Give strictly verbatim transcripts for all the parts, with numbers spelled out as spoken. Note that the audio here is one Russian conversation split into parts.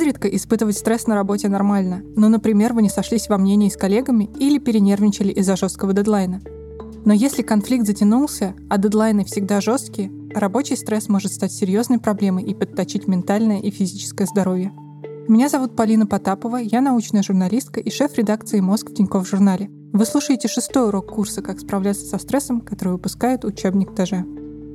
Изредка испытывать стресс на работе нормально, но, например, вы не сошлись во мнении с коллегами или перенервничали из-за жесткого дедлайна. Но если конфликт затянулся, а дедлайны всегда жесткие, рабочий стресс может стать серьезной проблемой и подточить ментальное и физическое здоровье. Меня зовут Полина Потапова, я научная журналистка и шеф редакции «Мозг» в Тинькофф журнале. Вы слушаете шестой урок курса «Как справляться со стрессом», который выпускает учебник ТЖ.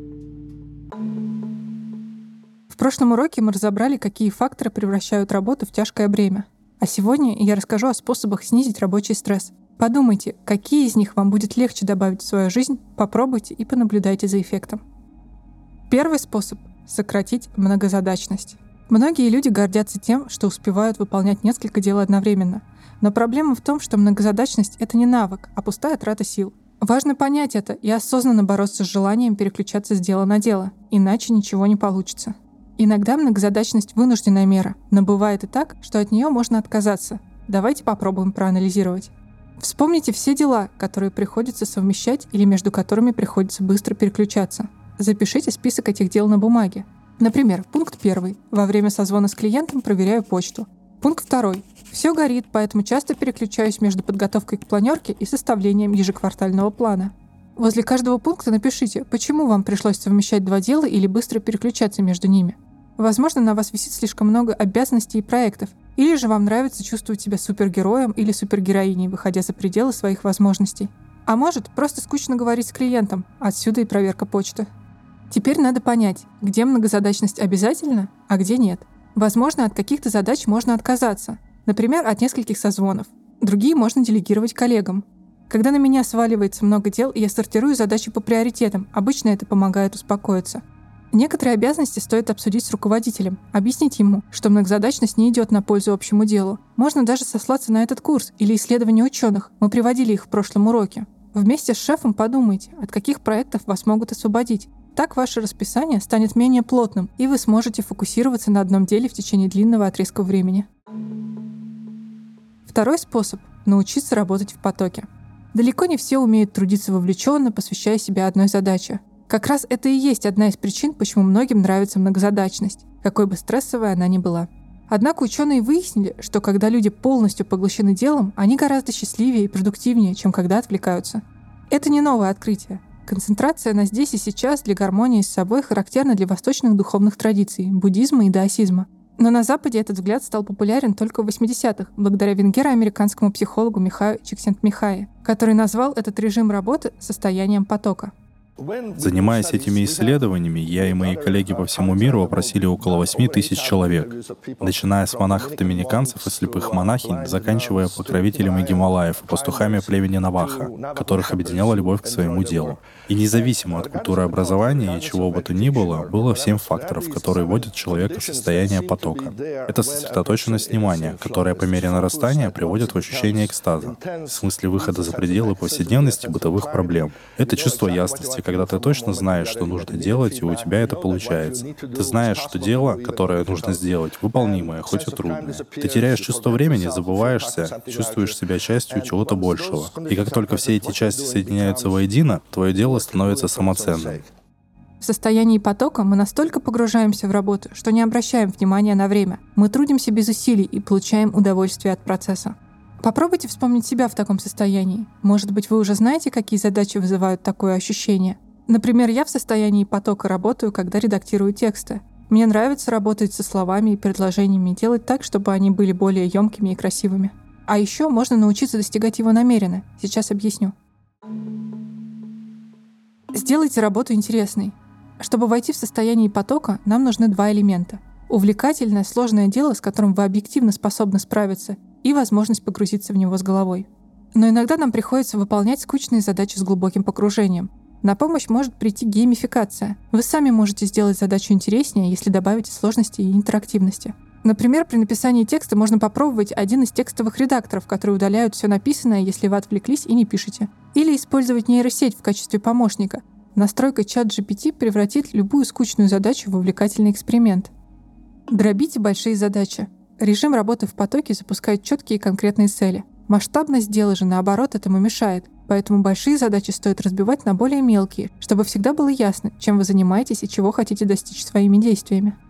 В прошлом уроке мы разобрали, какие факторы превращают работу в тяжкое бремя. А сегодня я расскажу о способах снизить рабочий стресс. Подумайте, какие из них вам будет легче добавить в свою жизнь, попробуйте и понаблюдайте за эффектом. Первый способ — сократить многозадачность. Многие люди гордятся тем, что успевают выполнять несколько дел одновременно. Но проблема в том, что многозадачность — это не навык, а пустая трата сил. Важно понять это и осознанно бороться с желанием переключаться с дела на дело, иначе ничего не получится. Иногда многозадачность — вынужденная мера, но бывает и так, что от нее можно отказаться. Давайте попробуем проанализировать. Вспомните все дела, которые приходится совмещать или между которыми приходится быстро переключаться. Запишите список этих дел на бумаге. Например, пункт первый. Во время созвона с клиентом проверяю почту. Пункт второй. Все горит, поэтому часто переключаюсь между подготовкой к планерке и составлением ежеквартального плана. Возле каждого пункта напишите, почему вам пришлось совмещать два дела или быстро переключаться между ними. Возможно, на вас висит слишком много обязанностей и проектов, или же вам нравится чувствовать себя супергероем или супергероиней, выходя за пределы своих возможностей. А может, просто скучно говорить с клиентом, отсюда и проверка почты. Теперь надо понять, где многозадачность обязательна, а где нет. Возможно, от каких-то задач можно отказаться, например, от нескольких созвонов. Другие можно делегировать коллегам. Когда на меня сваливается много дел, я сортирую задачи по приоритетам, обычно это помогает успокоиться. Некоторые обязанности стоит обсудить с руководителем, объяснить ему, что многозадачность не идет на пользу общему делу. Можно даже сослаться на этот курс или исследования ученых, мы приводили их в прошлом уроке. Вместе с шефом подумайте, от каких проектов вас могут освободить. Так ваше расписание станет менее плотным, и вы сможете фокусироваться на одном деле в течение длинного отрезка времени. Второй способ — научиться работать в потоке. Далеко не все умеют трудиться вовлеченно, посвящая себя одной задаче. Как раз это и есть одна из причин, почему многим нравится многозадачность, какой бы стрессовой она ни была. Однако ученые выяснили, что когда люди полностью поглощены делом, они гораздо счастливее и продуктивнее, чем когда отвлекаются. Это не новое открытие. Концентрация на здесь и сейчас для гармонии с собой характерна для восточных духовных традиций, буддизма и даосизма. Но на Западе этот взгляд стал популярен только в восьмидесятых, благодаря венгеро-американскому психологу Михаю Чиксентмихае, который назвал этот режим работы состоянием потока. Занимаясь этими исследованиями, я и мои коллеги по всему миру опросили около восьми тысяч человек, начиная с монахов-доминиканцев и слепых монахинь, заканчивая покровителями Гималаев и пастухами племени Наваха, которых объединяла любовь к своему делу. И независимо от культуры образования и чего бы то ни было, было семь факторов, которые вводят человека в состояние потока. Это сосредоточенность внимания, которая по мере нарастания приводит в ощущение экстаза, в смысле выхода за пределы повседневности бытовых проблем. Это чувство ясности, когда ты точно знаешь, что нужно делать, и у тебя это получается. Ты знаешь, что дело, которое нужно сделать, выполнимое, хоть и трудное. Ты теряешь чувство времени, забываешься, чувствуешь себя частью чего-то большего. И как только все эти части соединяются воедино, твое дело становится самоценным. В состоянии потока мы настолько погружаемся в работу, что не обращаем внимания на время. Мы трудимся без усилий и получаем удовольствие от процесса. Попробуйте вспомнить себя в таком состоянии. Может быть, вы уже знаете, какие задачи вызывают такое ощущение. Например, я в состоянии потока работаю, когда редактирую тексты. Мне нравится работать со словами и предложениями, делать так, чтобы они были более емкими и красивыми. А еще можно научиться достигать его намеренно. Сейчас объясню. Сделайте работу интересной. Чтобы войти в состояние потока, нам нужны два элемента. Увлекательное, сложное дело, с которым вы объективно способны справиться, и возможность погрузиться в него с головой. Но иногда нам приходится выполнять скучные задачи с глубоким погружением. На помощь может прийти геймификация. Вы сами можете сделать задачу интереснее, если добавите сложности и интерактивности. Например, при написании текста можно попробовать один из текстовых редакторов, которые удаляют все написанное, если вы отвлеклись и не пишете. Или использовать нейросеть в качестве помощника. Настройка чат джи пи ти превратит любую скучную задачу в увлекательный эксперимент. Дробите большие задачи. Режим работы в потоке запускает четкие и конкретные цели. Масштабность дела же, наоборот, этому мешает. Поэтому большие задачи стоит разбивать на более мелкие, чтобы всегда было ясно, чем вы занимаетесь и чего хотите достичь своими действиями.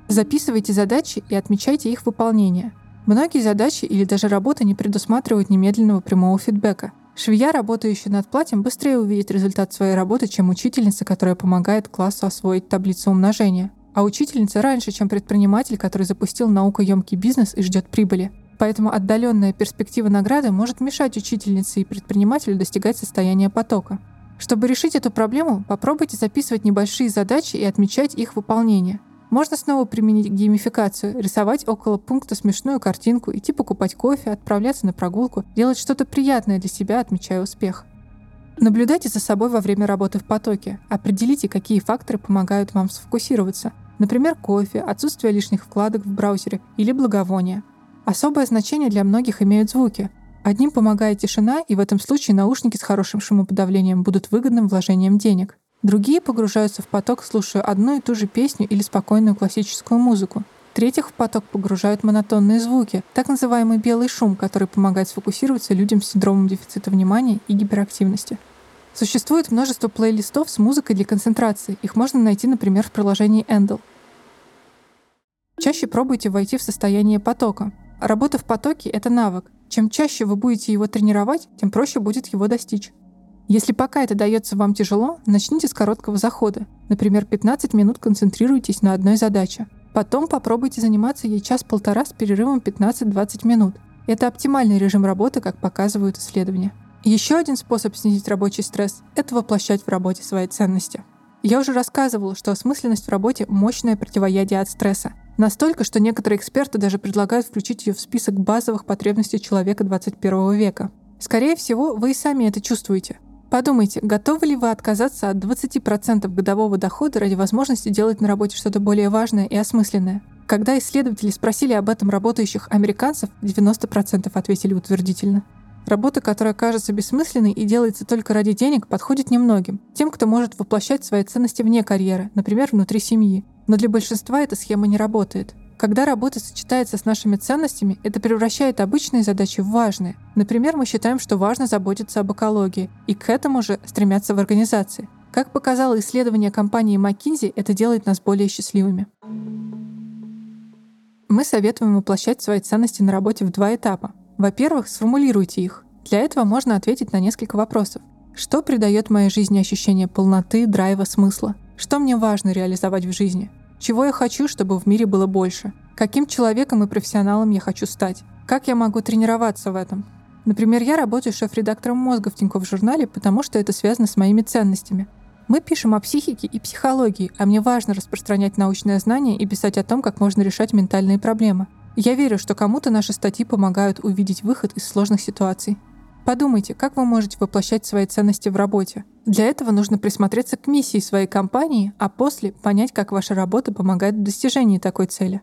Записывайте задачи и отмечайте их выполнение. Многие задачи или даже работы не предусматривают немедленного прямого фидбэка. Швея, работающая над платьем, быстрее увидит результат своей работы, чем учительница, которая помогает классу освоить таблицу умножения. А учительница раньше, чем предприниматель, который запустил наукоемкий бизнес и ждет прибыли. Поэтому отдаленная перспектива награды может мешать учительнице и предпринимателю достигать состояния потока. Чтобы решить эту проблему, попробуйте записывать небольшие задачи и отмечать их выполнение. Можно снова применить геймификацию, рисовать около пункта смешную картинку, идти покупать кофе, отправляться на прогулку, делать что-то приятное для себя, отмечая успех. Наблюдайте за собой во время работы в потоке. Определите, какие факторы помогают вам сфокусироваться. Например, кофе, отсутствие лишних вкладок в браузере или благовония. Особое значение для многих имеют звуки. Одним помогает тишина, и в этом случае наушники с хорошим шумоподавлением будут выгодным вложением денег. Другие погружаются в поток, слушая одну и ту же песню или спокойную классическую музыку. В-третьих, в поток погружают монотонные звуки, так называемый белый шум, который помогает сфокусироваться людям с синдромом дефицита внимания и гиперактивности. Существует множество плейлистов с музыкой для концентрации. Их можно найти, например, в приложении Endel. Чаще пробуйте войти в состояние потока. Работа в потоке — это навык. Чем чаще вы будете его тренировать, тем проще будет его достичь. Если пока это дается вам тяжело, начните с короткого захода. Например, пятнадцать минут концентрируйтесь на одной задаче. Потом попробуйте заниматься ей час-полтора с перерывом пятнадцать-двадцать минут. Это оптимальный режим работы, как показывают исследования. Еще один способ снизить рабочий стресс — это воплощать в работе свои ценности. Я уже рассказывала, что осмысленность в работе — мощное противоядие от стресса. Настолько, что некоторые эксперты даже предлагают включить ее в список базовых потребностей человека двадцать первого века. Скорее всего, вы и сами это чувствуете. Подумайте, готовы ли вы отказаться от двадцати процентов годового дохода ради возможности делать на работе что-то более важное и осмысленное? Когда исследователи спросили об этом работающих американцев, девяносто процентов ответили утвердительно. Работа, которая кажется бессмысленной и делается только ради денег, подходит немногим. Тем, кто может воплощать свои ценности вне карьеры, например, внутри семьи. Но для большинства эта схема не работает. Когда работа сочетается с нашими ценностями, это превращает обычные задачи в важные. Например, мы считаем, что важно заботиться об экологии, и к этому же стремятся в организации. Как показало исследование компании McKinsey, это делает нас более счастливыми. Мы советуем воплощать свои ценности на работе в два этапа. Во-первых, сформулируйте их. Для этого можно ответить на несколько вопросов. Что придает моей жизни ощущение полноты, драйва, смысла? Что мне важно реализовать в жизни? Чего я хочу, чтобы в мире было больше? Каким человеком и профессионалом я хочу стать? Как я могу тренироваться в этом? Например, я работаю шеф-редактором мозга в Тинькофф журнале, потому что это связано с моими ценностями. Мы пишем о психике и психологии, а мне важно распространять научное знание и писать о том, как можно решать ментальные проблемы. Я верю, что кому-то наши статьи помогают увидеть выход из сложных ситуаций. Подумайте, как вы можете воплощать свои ценности в работе. Для этого нужно присмотреться к миссии своей компании, а после понять, как ваша работа помогает в достижении такой цели.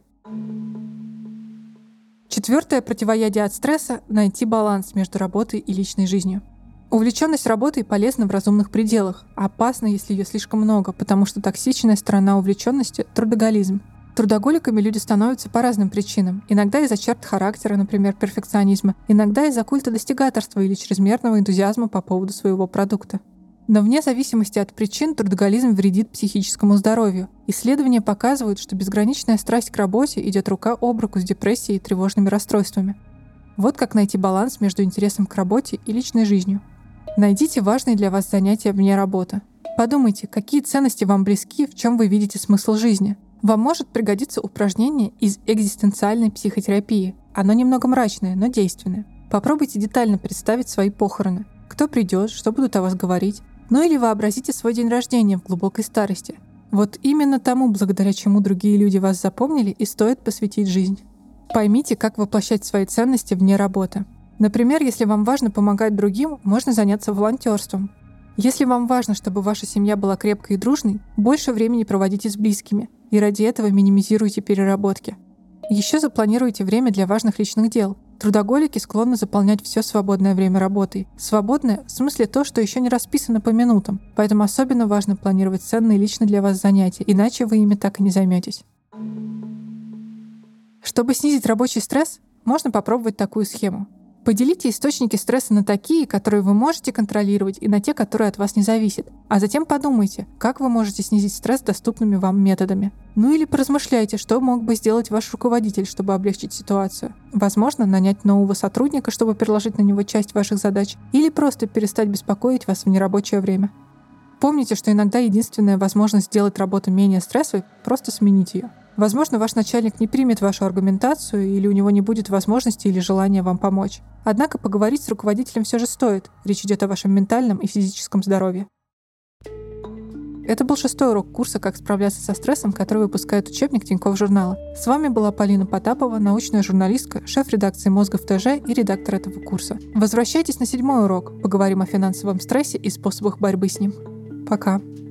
Четвертое противоядие от стресса — найти баланс между работой и личной жизнью. Увлеченность работой полезна в разумных пределах, а опасна, если ее слишком много, потому что токсичная сторона увлеченности — трудоголизм. Трудоголиками люди становятся по разным причинам. Иногда из-за черт характера, например, перфекционизма, иногда из-за культа достигаторства или чрезмерного энтузиазма по поводу своего продукта. Но вне зависимости от причин трудоголизм вредит психическому здоровью. Исследования показывают, что безграничная страсть к работе идет рука об руку с депрессией и тревожными расстройствами. Вот как найти баланс между интересом к работе и личной жизнью. Найдите важные для вас занятия вне работы. Подумайте, какие ценности вам близки, в чем вы видите смысл жизни. Вам может пригодиться упражнение из экзистенциальной психотерапии. Оно немного мрачное, но действенное. Попробуйте детально представить свои похороны. Кто придет, что будут о вас говорить. Ну или вообразите свой день рождения в глубокой старости. Вот именно тому, благодаря чему другие люди вас запомнили, и стоит посвятить жизнь. Поймите, как воплощать свои ценности вне работы. Например, если вам важно помогать другим, можно заняться волонтерством. Если вам важно, чтобы ваша семья была крепкой и дружной, больше времени проводите с близкими, и ради этого минимизируйте переработки. Еще запланируйте время для важных личных дел. Трудоголики склонны заполнять все свободное время работой. Свободное в смысле то, что еще не расписано по минутам, поэтому особенно важно планировать ценные лично для вас занятия, иначе вы ими так и не займетесь. Чтобы снизить рабочий стресс, можно попробовать такую схему. Поделите источники стресса на такие, которые вы можете контролировать, и на те, которые от вас не зависят. А затем подумайте, как вы можете снизить стресс доступными вам методами. Ну или поразмышляйте, что мог бы сделать ваш руководитель, чтобы облегчить ситуацию. Возможно, нанять нового сотрудника, чтобы переложить на него часть ваших задач, или просто перестать беспокоить вас в нерабочее время. Помните, что иногда единственная возможность сделать работу менее стрессовой — просто сменить ее. Возможно, ваш начальник не примет вашу аргументацию, или у него не будет возможности или желания вам помочь. Однако поговорить с руководителем все же стоит. Речь идет о вашем ментальном и физическом здоровье. Это был шестой урок курса «Как справляться со стрессом», который выпускает учебник Тинькофф журнала. С вами была Полина Потапова, научная журналистка, шеф редакции «Мозга в ТЖ» и редактор этого курса. Возвращайтесь на седьмой урок. Поговорим о финансовом стрессе и способах борьбы с ним. Пока.